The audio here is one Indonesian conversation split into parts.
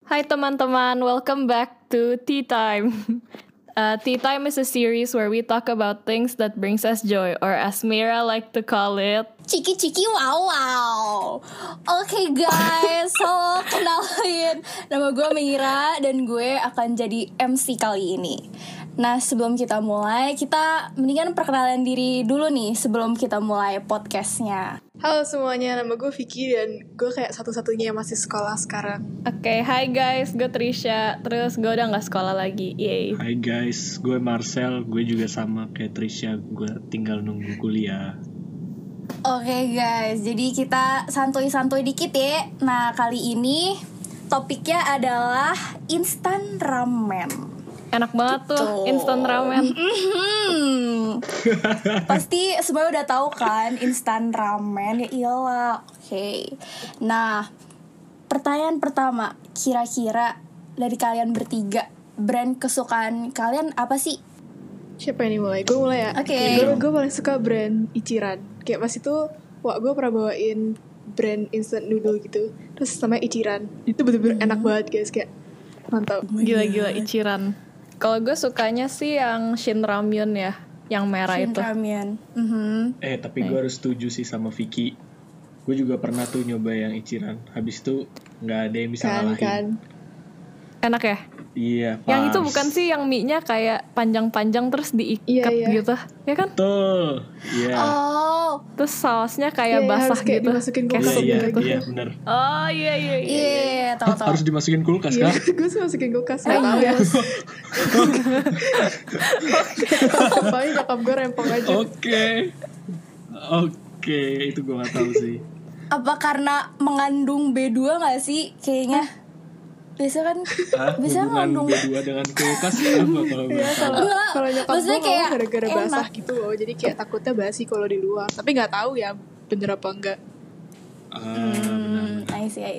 Hi teman-teman, welcome back to Tea Time. Tea Time is a series where we talk about things that brings us joy, or as Mira like to call it, Ciki-ciki wow. Oke guys, so kenalin, nama gue Mira dan gue akan jadi MC kali ini. Nah sebelum kita mulai, kita mendingan perkenalan diri dulu nih sebelum kita mulai podcastnya. Halo semuanya, nama gue Vicky dan gue kayak satu-satunya yang masih sekolah sekarang. Oke, hi guys, gue Trisha. Terus gue udah gak sekolah lagi, yay. Hai guys, gue Marcel. Gue juga sama kayak Trisha, gue tinggal nunggu kuliah. Oke guys, jadi kita santuy-santuy dikit ya. Nah kali ini topiknya adalah instan ramen. Enak banget tuh, instant ramen. Pasti semuanya udah tahu kan instan ramen, ya iyalah. Oke. Nah, pertanyaan pertama, kira-kira dari kalian bertiga, brand kesukaan kalian apa sih? Siapa yang mulai? Gue mulai ya? Oke. Gue paling suka brand Ichiran. Kayak pas itu, gue pernah bawain brand instant noodle gitu. Terus namanya Ichiran. Itu bener-bener enak banget guys, kayak mantap. Gila-gila Ichiran. Kalau gue sukanya sih yang Shin Ramyun ya, yang merah Shin itu. ramen. Tapi gue harus setuju sih sama Vicky. Gue juga pernah tuh nyoba yang Ichiran. Habis itu gak ada yang bisa ngalahin. Kan. Enak ya? Iya, pas. Yang itu bukan sih yang mie-nya kayak panjang-panjang terus diikat gitu, ya kan? Betul. Iya. Oh, Terus sausnya kayak Iya, basah harus kayak gitu. dimasukin Kayak kulkas sup Iya, gitu. iya benar. Oh iya. iya, tahu. Harus dimasukin kulkas Iya, kan? gue sih masukin kulkas. Gak tau ya. Paling nyokap gue rempong aja. Oke, itu gue gak tahu sih. Apa karena mengandung B2 nggak sih kayaknya? Biasa kan, bisa Hubungan ngandung. B2 dengan kulkas apa kalau Iya, Enggak, kalau nyokap maksudnya gue kayak gara-gara enak. basah gitu loh. Jadi kayak takutnya basi kalau di luar. Tapi gak tahu ya bener apa enggak. benar. I see.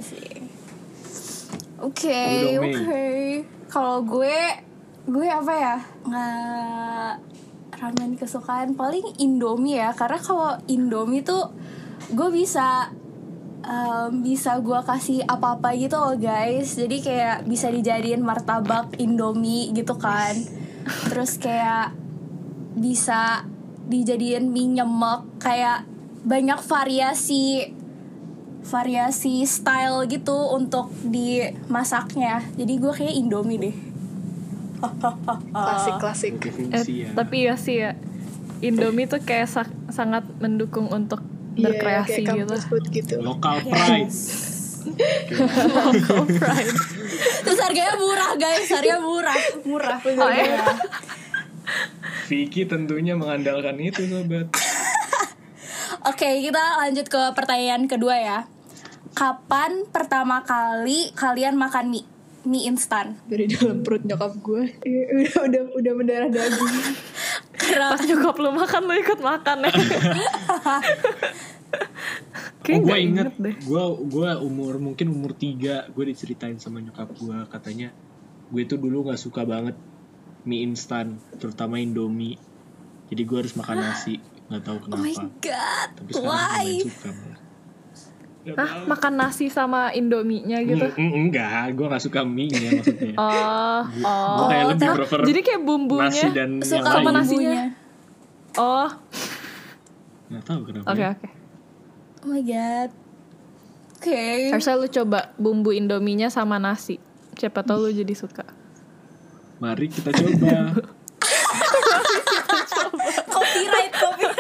Oke. Udah, Mei. Kalau gue apa ya? Nggak ramen kesukaan paling Indomie ya. Karena kalau Indomie tuh gue bisa gue kasih apa-apa gitu loh guys. Jadi kayak bisa dijadiin martabak Indomie gitu kan. Terus kayak bisa dijadiin mie nyemek. Kayak banyak variasi style gitu untuk dimasaknya. Jadi gue kayak Indomie deh. Klasik. Multifungsi ya. Tapi ya sih ya, Indomie tuh kayak sangat mendukung untuk berkreasi kayak gitu. campus food gitu. Local pride. Local pride. Terus harganya murah guys, murah. Oh, ya? Vicky tentunya mengandalkan itu sobat. Oke, kita lanjut ke pertanyaan kedua ya. Kapan pertama kali kalian makan mie instan? Dari dalam perut nyokap gue. Udah mendarah daging. Pas nyokap lu makan, lu ikut makan ya. Gue inget deh. Gue mungkin umur 3, gue diceritain sama nyokap gue, katanya gue tuh dulu nggak suka banget mie instan, terutama Indomie. Jadi gue harus makan nasi, nggak tahu kenapa. Oh my god, Tapi sekarang gue why? main suka malah. Hah, makan nasi sama Indominya gitu? Enggak, gue nggak suka mie-nya maksudnya. Gue kayak lebih prefer Jadi kayak bumbunya nasi dan yang Suka sama lain. nasinya. Oh, Nggak tahu kenapa. oke. Oh my god. Oke. Harusnya lu coba bumbu Indominya sama nasi. Siapa tahu lu jadi suka. Mari kita coba. Copyright.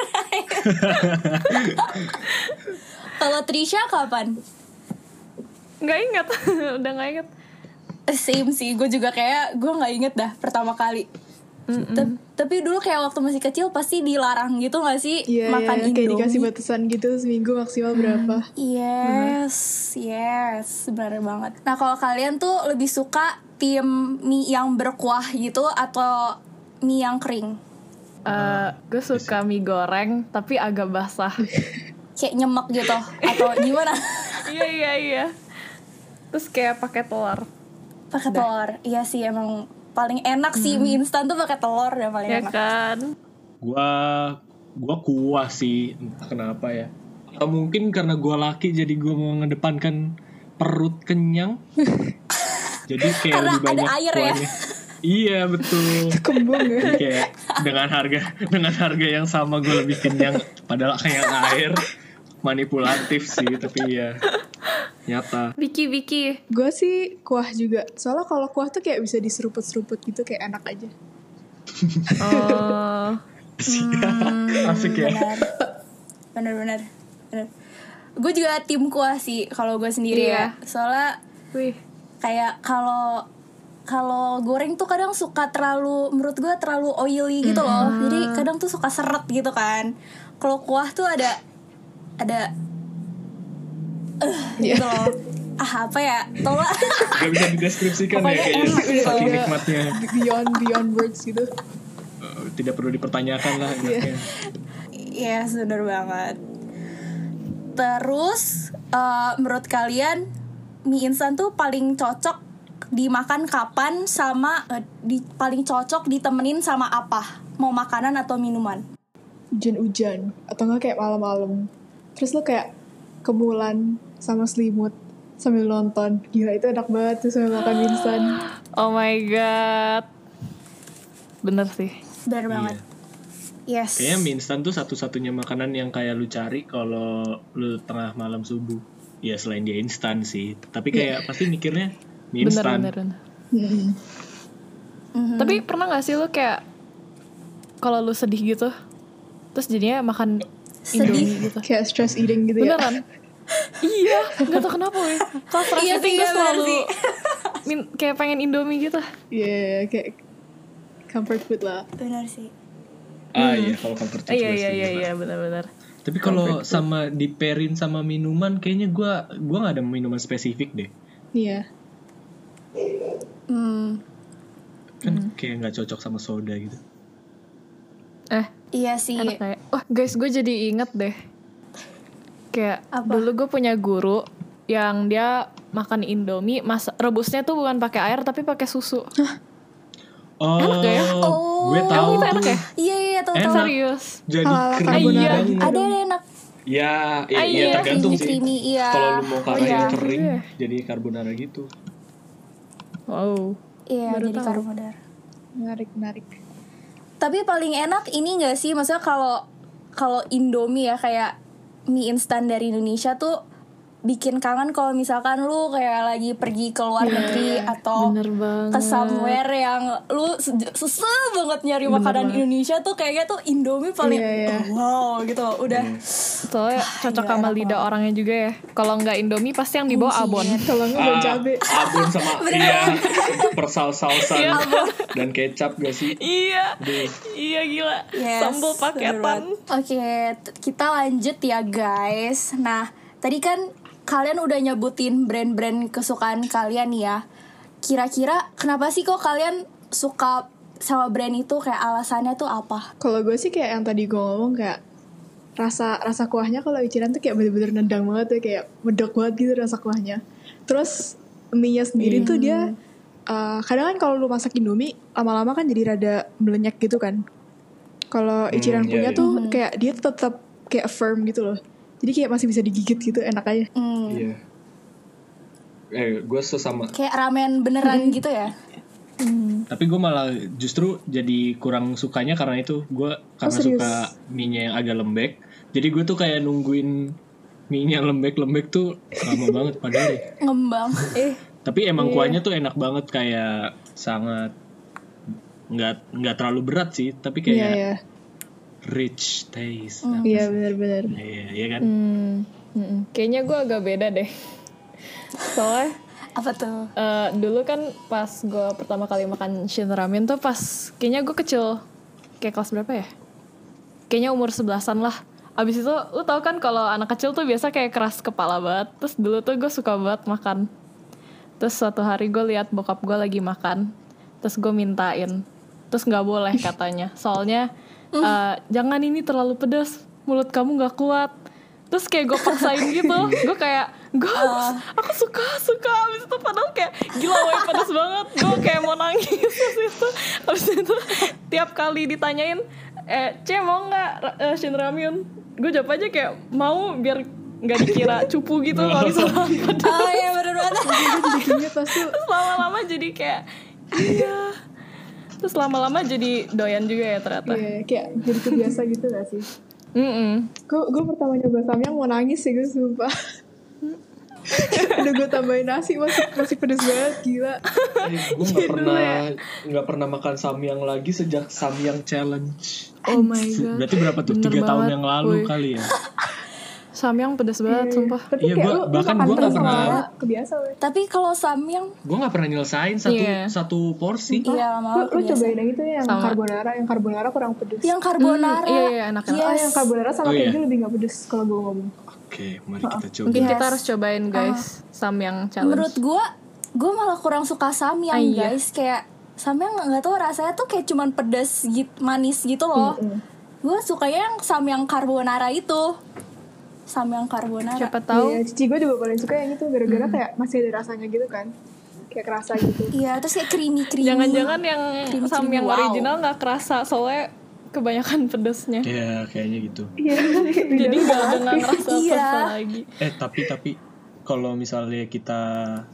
Kalau Trisha kapan? Nggak ingat, udah nggak ingat. Same sih, gue juga kayak gue nggak inget dah pertama kali. Tapi dulu kayak waktu masih kecil pasti dilarang gitu nggak sih makan Indomie? Kayak dikasih batasan gitu seminggu maksimal berapa. Yes, benar banget. Nah kalau kalian tuh lebih suka tim mie yang berkuah gitu atau mie yang kering? Gue suka mie goreng tapi agak basah. Kayak nyemek gitu atau gimana? Iya. Terus kayak pakai telur. Pakai telur. Iya sih emang paling enak sih mie instan tuh pakai telur udah paling Ya enak. kan? Gua kuah sih, entah kenapa ya. Atau mungkin karena gua laki jadi gua mau ngedepankan perut kenyang. Jadi kayak Karena lebih banyak ada air ya. kuahnya. Iya betul. Kembung ya. Jadi kayak dengan harga yang sama gue lebih kenyang. Padahal kayak air. Manipulatif sih, tapi ya nyata. Vicky. Gue sih kuah juga. Soalnya kalau kuah tuh kayak bisa diseruput-seruput gitu, kayak enak aja. Oh. Asik ya. Benar. Gue juga tim kuah sih kalau gue sendiri Iya. ya. Soalnya Wih. kayak kalau goreng tuh kadang suka menurut gue terlalu oily gitu loh. Jadi kadang tuh suka seret gitu kan. Kalau kuah tuh ada gitu loh. Apa ya? Tolong. Gak bisa dideskripsikan ya Pokoknya kayaknya. enak gitu. Saking nikmatnya. Beyond words gitu. Tidak perlu dipertanyakan lah enaknya. Iya, bener banget. Terus menurut kalian mie instan tuh paling cocok dimakan kapan sama paling cocok ditemenin sama apa? Mau makanan atau minuman? Hujan-hujan atau enggak kayak malam-malam. Terus lo kayak kemulan sama selimut sambil nonton. Gila itu enak banget tuh sambil makan mie instan. Oh my god. Bener sih. Bener banget. Yes. Kayaknya mie instan tuh satu-satunya makanan yang kayak lu cari kalau lu tengah malam subuh. Ya selain dia instan sih, tapi kayak pasti mikirnya mie instan. Bener. Tapi pernah gak sih lu kayak kalau lu sedih gitu, terus jadinya makan Indomie gitu? Kayak stress eating gitu ya. Beneran? Iya, gak tau kenapa ya. Kalau stress Iya eating sih, gue iya selalu bener sih. kayak pengen Indomie gitu. Iya, kayak comfort food lah. Bener sih. Iya, kalau comfort food gue setuju. Iya, benar-benar. Tapi kalau sama diperin sama minuman, kayaknya gue nggak ada minuman spesifik deh. Iya. Kan kayak nggak cocok sama soda gitu. Iya sih. Enak kayak. Wah, guys, gue jadi inget deh. Kayak Apa? dulu gue punya guru yang dia makan Indomie, rebusnya tuh bukan pakai air tapi pakai susu. Oh, Enak gak ya? gue tahu Itu tuh. enak ya? Iya, tahu. Enak. Serius. Jadi Ala kering carbonara. banget. Ada enak. Ya, Iya, iya tergantung sih. creamy, iya. Kalau lu mau karena iya. yang kering, Iya. jadi carbonara gitu. Wow. Iya, Baru jadi tahu. carbonara. Menarik. Tapi paling enak ini nggak sih, maksudnya kalau Indomie ya, kayak mie instan dari Indonesia tuh bikin kangen kalau misalkan lu kayak lagi pergi ke luar negeri atau Bener banget. ke somewhere yang lu susah banget nyari makanan Indonesia tuh kayaknya tuh Indomie paling Iya. wow gitu loh, udah Soalnya cocok gila, sama enak lidah orangnya juga ya. Kalau nggak Indomie pasti yang dibawa abon. Kalau nggak mau cabe. Abon sama persaus-sausan dan kecap gak sih? Iya. Aduh. Iya gila. Yes, Sambal bener paketan. banget. Oke, kita lanjut ya guys. Nah, tadi kan kalian udah nyebutin brand-brand kesukaan kalian nih ya. Kira-kira kenapa sih kok kalian suka sama brand itu, kayak alasannya tuh apa? Kalau gue sih kayak yang tadi gue ngomong, kayak rasa kuahnya kalau Ichiran tuh kayak bener-bener nendang banget tuh, kayak medok banget gitu rasa kuahnya. Terus mie-nya sendiri tuh dia kadang kan kalau lu masak Indomie lama-lama kan jadi rada melenyek gitu kan. Kalau Ichiran iya, punya iya. tuh kayak dia tetap kayak firm gitu loh. Jadi kayak masih bisa digigit gitu, enak aja. Iya. Gue sesama. Kayak ramen beneran gitu ya? Tapi gue malah justru jadi kurang sukanya karena itu. Gue karena serius? suka mie-nya yang agak lembek. Jadi gue tuh kayak nungguin mie-nya lembek-lembek tuh lama banget padahal deh. Ngembang. Tapi emang kuahnya tuh enak banget, kayak sangat nggak terlalu berat sih, tapi kayak Iya. rich taste. Iya benar-benar. Iya kan? Kayaknya gue agak beda deh. Soalnya Apa tuh? dulu kan pas gue pertama kali makan Shin Ramen tuh pas kayaknya gue kecil, kayak kelas berapa ya? Kayaknya umur 11-an lah. Abis itu lu tau kan kalau anak kecil tuh biasa kayak keras kepala banget. Terus dulu tuh gue suka banget makan. Terus suatu hari gue lihat bokap gue lagi makan, terus gue mintain, terus nggak boleh katanya, soalnya jangan, ini terlalu pedas, mulut kamu nggak kuat. Terus kayak gue paksain gitu, gue kayak aku suka. Abis itu padahal kayak gila, woy, pedas banget. Gue kayak mau nangis itu. Abis itu tiap kali ditanyain, mau nggak Shin Ramyun, gue jawab aja kayak mau, biar nggak dikira cupu gitu kalau misalnya pedas. Oh iya bener banget. Jadi keinget pas tuh. Terus lama-lama jadi kayak iya. Terus lama-lama jadi doyan juga ya ternyata. Iya, kayak jadi kebiasa gitu gak sih? Mm-mm. Gue pertama nyoba samyang mau nangis sih gue sumpah. Udah gue tambahin nasi masih pedes banget gila. Gue nggak pernah makan samyang lagi sejak samyang challenge. Oh my god. Berarti berapa tuh? Bener 3 tahun banget, yang lalu woy. kali ya. Samyang pedes banget sumpah. Tapi Iya, kayak gua- lu bahkan makan gua nggak terus pernah- lama-lama kebiasa weh. Tapi kalau samyang Gue nggak pernah nyelesain Iya. satu porsi. iya lama-lama Lu kebiasaan. cobain yang itu yang Sama. carbonara kurang pedes. Yang carbonara. Iya enak. Ah, yang carbonara sama Oh, iya. keju lebih gak pedes kalau gue ngomong. Oke, mari kita coba. Mungkin Yes. kita harus cobain guys samyang challenge. Menurut gue malah kurang suka samyang Iya. guys. Kayak samyang nggak tahu rasanya tuh kayak cuman pedas gitu, manis gitu loh. Gue sukanya yang samyang carbonara itu. Samyang carbonara. Siapa tahu Iya, cici gue juga paling suka yang itu gara-gara kayak masih ada rasanya gitu kan. Kayak kerasa gitu. Iya, terus kayak creamy. jangan-jangan yang Creamy, samyang wow. original nggak kerasa soalnya kebanyakan pedesnya. Ya, kayaknya gitu. Iya. Jadi nggak ngerasa Iya. apa lagi. Tapi kalau misalnya kita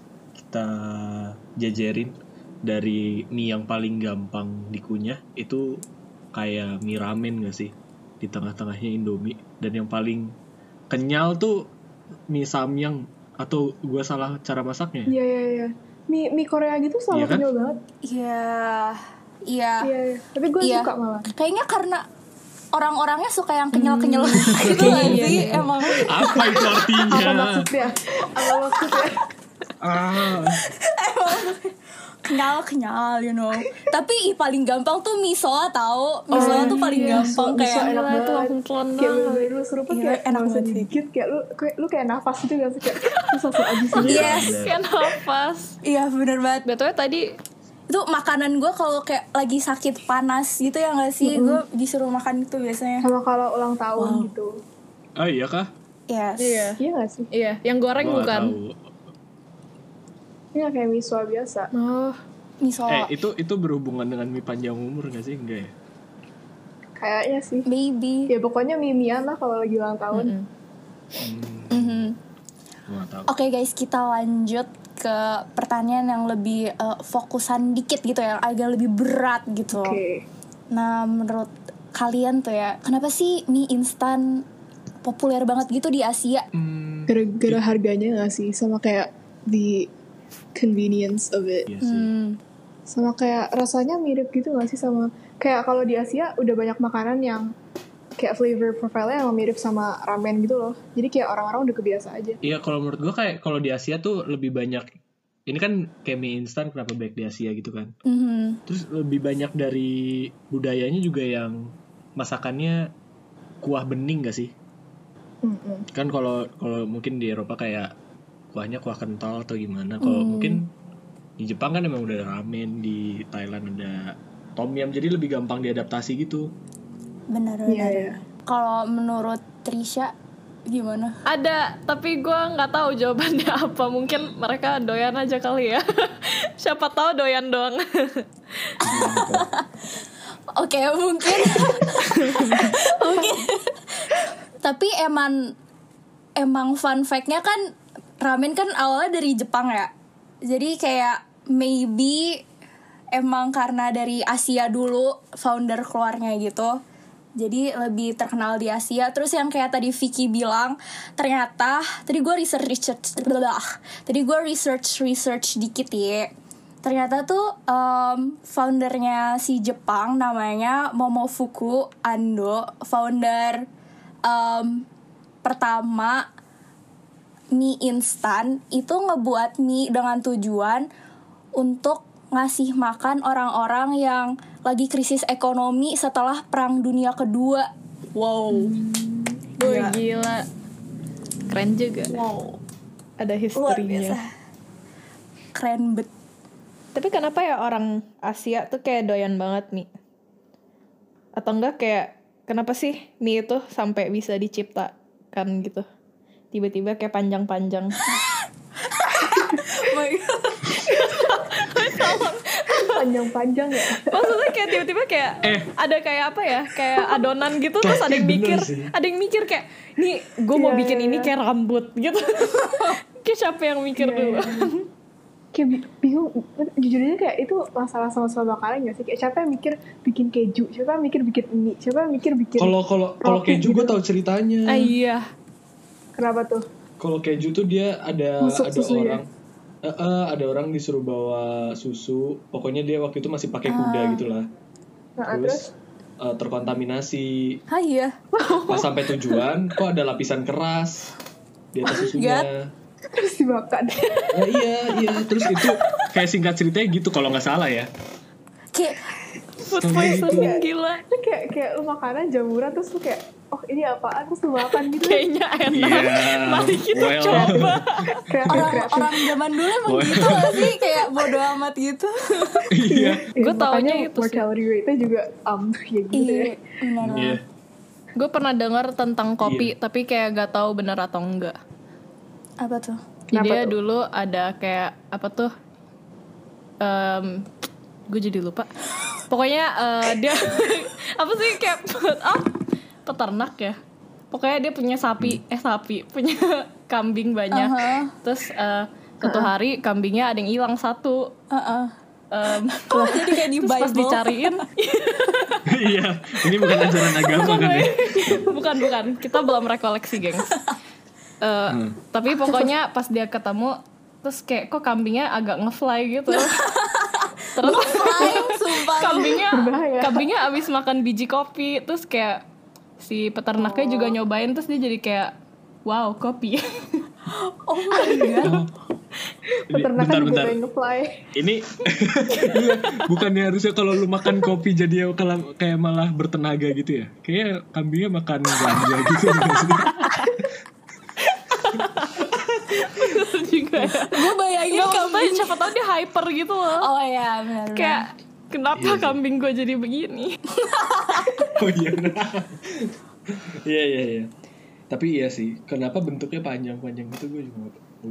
jajarin dari mie yang paling gampang dikunyah itu kayak mie ramen gak sih? Di tengah-tengahnya Indomie. Dan yang paling kenyal tuh mie samyang. Atau gue salah cara masaknya? Iya. Mie Korea gitu selalu Iya kan? kenyal banget. Iya. Iya. Tapi gue Iya. suka malah. Kayaknya karena orang-orangnya suka yang kenyal-kenyal gitu gak sih? Emang Apa itu artinya? Apa maksudnya? kenyal, you know. Tapi paling gampang tuh miso tau. Miso tuh paling gampang miso kayak enak Gila, itu banget. langsung telan Kayak banget. bener-bener lu seruput Iya, kayak enak nggak usah banget sih. dikit. Kayak lu kayak nafas gitu gak sih? Kayak terus langsung abis gitu. Yes. Kayak nafas. Iya bener banget. BTW tadi Itu makanan gue kalau kayak lagi sakit panas gitu ya gak sih? Gue disuruh makan itu biasanya. Sama kalau ulang tahun gitu. Oh iya kah? Yes. iya. Iya gak sih? Iya, yang goreng Gua nggak bukan. tahu. Iya kayak miso biasa. Oh, Miso. Itu berhubungan dengan mie panjang umur gak sih? Enggak ya? Kayaknya sih. Baby. Ya pokoknya mie-mian lah kalau lagi ulang tahun. Gua nggak tahu. Oke guys, kita lanjut ke pertanyaan yang lebih fokusan dikit gitu ya, agak lebih berat gitu. Oke. Nah, menurut kalian tuh ya, kenapa sih mie instan populer banget gitu di Asia? Gara-gara harganya gak sih? Sama kayak the convenience of it. Iya sih. Sama kayak rasanya mirip gitu gak sih sama kayak kalau di Asia udah banyak makanan yang kayak flavor profile-nya yang mirip sama ramen gitu loh. Jadi kayak orang-orang udah kebiasa aja. Iya, kalau menurut gue kayak kalau di Asia tuh lebih banyak. Ini kan kayak mie instan kenapa baik di Asia gitu kan? Terus lebih banyak dari budayanya juga yang masakannya kuah bening gak sih? Kan kalau mungkin di Eropa kayak kuahnya kuah kental atau gimana. Kalau mungkin di Jepang kan emang udah ada ramen, di Thailand ada tom yum, jadi lebih gampang diadaptasi gitu. Benar. Iya. Kalau menurut Trisha gimana? ada, tapi gue nggak tahu jawabannya apa. Mungkin mereka doyan aja kali ya. Siapa tahu doyan doang. Oke, mungkin. Mungkin. Tapi emang fun fact-nya kan ramen kan awalnya dari Jepang ya. Jadi kayak maybe emang karena dari Asia dulu founder keluarnya gitu. Jadi lebih terkenal di Asia. Terus yang kayak tadi Vicky bilang, ternyata tadi gue research dikit ya. Ternyata tuh foundernya si Jepang namanya Momofuku Ando, founder pertama mie instan itu ngebuat mie dengan tujuan untuk ngasih makan orang-orang yang lagi krisis ekonomi setelah Perang Dunia Kedua. Wow. Wih, gila. Keren juga. Wow. Ada Luar historinya. biasa. Keren bet. Tapi kenapa ya orang Asia tuh kayak doyan banget mie? Atau enggak kayak kenapa sih mie itu sampai bisa diciptakan gitu? Tiba-tiba kayak panjang-panjang. Oh my God. panjang-panjang ya. Maksudnya kayak tiba-tiba kayak ada kayak apa ya, kayak adonan gitu terus ada yang mikir kayak nih gue mau bikin ini kayak rambut gitu. Kayak siapa yang mikir dulu? Kayak bingung, jujur aja kayak itu masalah sama makanan gak sih? Kayak siapa yang mikir bikin keju, siapa yang mikir bikin mie, siapa yang mikir bikin kalau keju gue tahu ceritanya. Iya. Kenapa tuh? Kalau keju tuh dia ada susunya. ada orang disuruh bawa susu, pokoknya dia waktu itu masih pakai kuda gitulah. Terus terkontaminasi. Iya. Pas sampai tujuan kok ada lapisan keras di atas susunya. Terus dimakan. Iya. Terus itu kayak singkat ceritanya gitu kalau nggak salah ya. Kayak food poisoning gila. Itu kayak lu makanan jamuran terus lu kayak oh ini apaan terus lu makan gitu. Kayaknya enak. Mari kita coba. orang zaman dulu emang gitu gak sih? Kayak bodo amat gitu. Iya. Gue taunya itu sih. Mortality rate-nya juga ya gitu ya. Iya. Gue pernah dengar tentang kopi tapi kayak gak tahu benar atau enggak. Apa tuh? Dia dulu ada kayak apa tuh? Gue jadi lupa. Pokoknya dia apa sih kayak peternak ya. Pokoknya dia punya punya kambing banyak. Terus suatu hari kambingnya ada yang hilang satu. Jadi kayak di Bible. Pas dicariin. Iya, ini bukan ajaran agama kan ya? Bukan. Kita belum rekoleksi, gengs. Tapi pokoknya pas dia ketemu, terus kayak kok kambingnya agak ngefly gitu. Terus kambingnya abis makan biji kopi, terus kayak si peternaknya juga nyobain, terus dia jadi kayak wow kopi. Oh my god. Peternakan juga pengen nge-fly. Ini bukannya harusnya kalau lu makan kopi jadi kayak malah bertenaga gitu ya? Kayak kambingnya makan ganja gitu. Juga ya. Gue bayangin kambing siapa tahu dia hyper gitu loh. Oh iya benar. Kayak kenapa kambing gue jadi begini? Oh iya benar. Iya. Tapi iya sih, kenapa bentuknya panjang-panjang gitu gue juga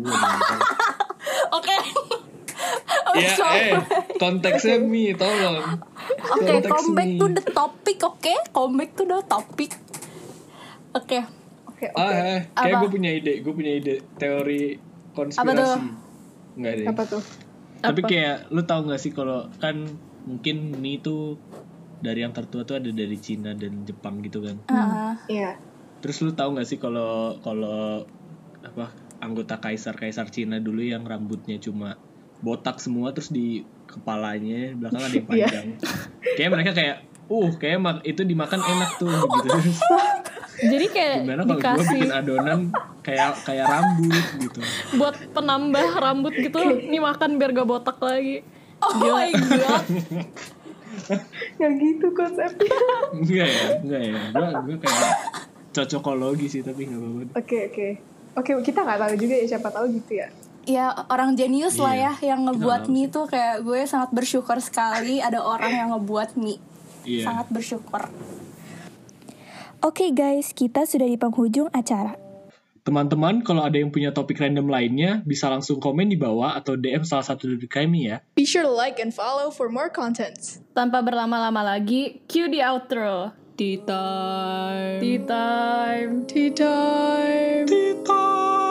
Oke. Ya, konteksnya Mi, tolong. Oke, come back to the topic, oke? Come back to the topic. Oke. Kayak gue punya ide teori konspirasi. Enggak deh. Apa tuh? Tapi kayak lu tahu nggak sih kalau kan mungkin mie tuh dari yang tertua tuh ada dari Cina dan Jepang gitu kan? Iya. Terus lu tahu nggak sih kalau apa anggota kaisar Cina dulu yang rambutnya cuma botak semua terus di kepalanya belakang ada yang panjang. Kayak mereka kayak itu dimakan enak tuh gitu. Jadi kayak gimana kalau gue bikin adonan kayak rambut gitu. Buat penambah rambut gitu, nih makan biar gak botak lagi. Oh my god. Yang gitu konsepnya. Enggak ya. Gue kayak cocokologi sih tapi nggak apa-apa. Oke, kita nggak tahu juga ya, siapa tahu gitu ya. Ya orang jenius lah ya yang ngebuat mie tuh kayak gue sangat bersyukur sekali ada orang yang ngebuat mie. Sangat bersyukur. Oke guys, kita sudah di penghujung acara. Teman-teman, kalau ada yang punya topik random lainnya, bisa langsung komen di bawah atau DM salah satu dari kami ya. Be sure to like and follow for more contents. Tanpa berlama-lama lagi, cue the outro. Tea time.